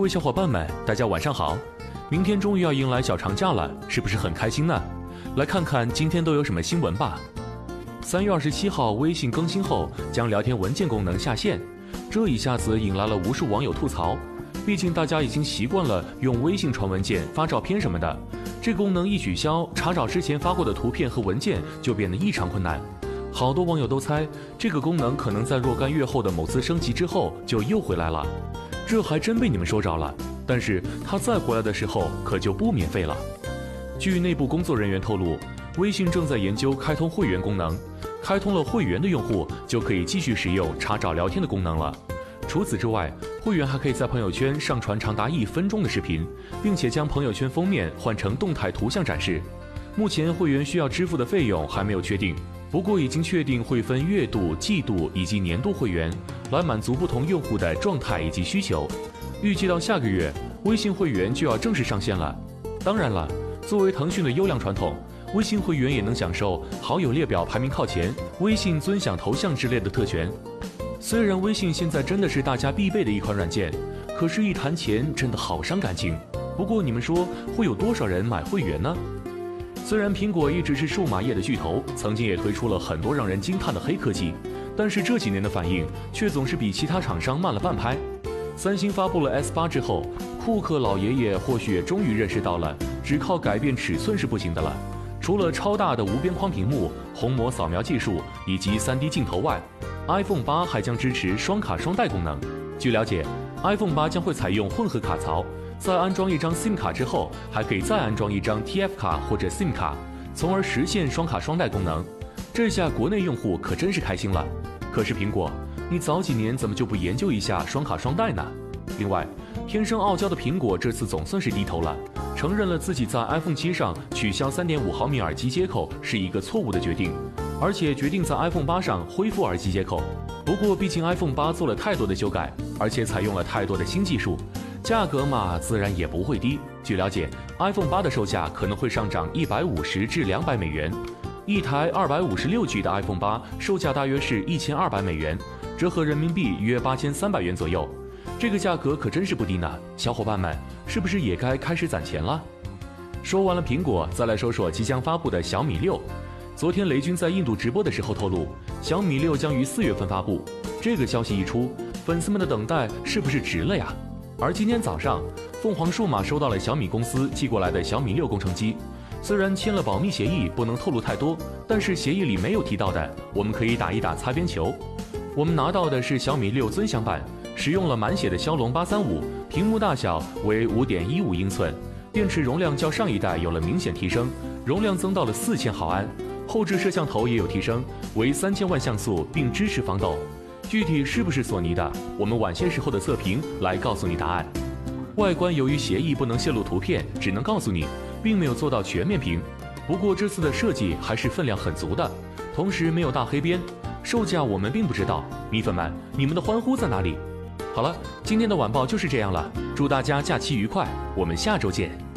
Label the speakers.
Speaker 1: 位小伙伴们，大家晚上好！明天终于要迎来小长假了，是不是很开心呢？来看看今天都有什么新闻吧。3月27号，微信更新后将聊天文件功能下线，这一下子引来了无数网友吐槽。毕竟大家已经习惯了用微信传文件、发照片什么的，这功能一取消，查找之前发过的图片和文件就变得异常困难。好多网友都猜，这个功能可能在若干月后的某次升级之后就又回来了。这还真被你们说着了，但是它再回来的时候可就不免费了。据内部工作人员透露，微信正在研究开通会员功能，开通了会员的用户就可以继续使用查找聊天的功能了。除此之外，会员还可以在朋友圈上传长达1分钟的视频，并且将朋友圈封面换成动态图像展示。目前会员需要支付的费用还没有确定，不过已经确定会分月度、季度以及年度会员，来满足不同用户的状态以及需求。预计到下个月，微信会员就要正式上线了。当然了，作为腾讯的优良传统，微信会员也能享受好友列表排名靠前、微信尊享头像之类的特权。虽然微信现在真的是大家必备的一款软件，可是一谈钱真的好伤感情。不过你们说会有多少人买会员呢？虽然苹果一直是数码业的巨头，曾经也推出了很多让人惊叹的黑科技，但是这几年的反应却总是比其他厂商慢了半拍。三星发布了 S8 之后，库克老爷爷或许也终于认识到了，只靠改变尺寸是不行的了。除了超大的无边框屏幕、虹膜扫描技术以及 3D 镜头外，iPhone 8还将支持双卡双待功能。据了解， iPhone 8将会采用混合卡槽，在安装一张 SIM 卡之后，还可以再安装一张 TF 卡或者 SIM 卡，从而实现双卡双待功能。这下国内用户可真是开心了。可是苹果，你早几年怎么就不研究一下双卡双待呢？另外，天生傲娇的苹果这次总算是低头了，承认了自己在 iPhone 7上取消 3.5毫米耳机接口是一个错误的决定，而且决定在 iPhone 8上恢复耳机接口。不过毕竟 iPhone 8做了太多的修改，而且采用了太多的新技术，价格嘛自然也不会低。据了解， iPhone 8的售价可能会上涨150至200美元，一台256G 的 iPhone 8售价大约是1200美元，折合人民币约8300元左右。这个价格可真是不低呢，小伙伴们是不是也该开始攒钱了？说完了苹果，再来说说即将发布的小米6。昨天雷军在印度直播的时候透露，小米6将于4月份发布。这个消息一出，粉丝们的等待是不是值了呀？而今天早上，凤凰数码收到了小米公司寄过来的小米6工程机，虽然签了保密协议，不能透露太多，但是协议里没有提到的，我们可以打一打擦边球。我们拿到的是小米6尊享版，使用了满血的骁龙835，屏幕大小为5.15英寸，电池容量较上一代有了明显提升，容量增到了4000毫安，后置摄像头也有提升，为3000万像素，并支持防抖。具体是不是索尼的，我们晚些时候的测评来告诉你答案。外观由于协议不能泄露图片，只能告诉你，并没有做到全面屏。不过这次的设计还是分量很足的，同时没有大黑边。售价我们并不知道，米粉们，你们的欢呼在哪里？好了，今天的晚报就是这样了，祝大家假期愉快，我们下周见。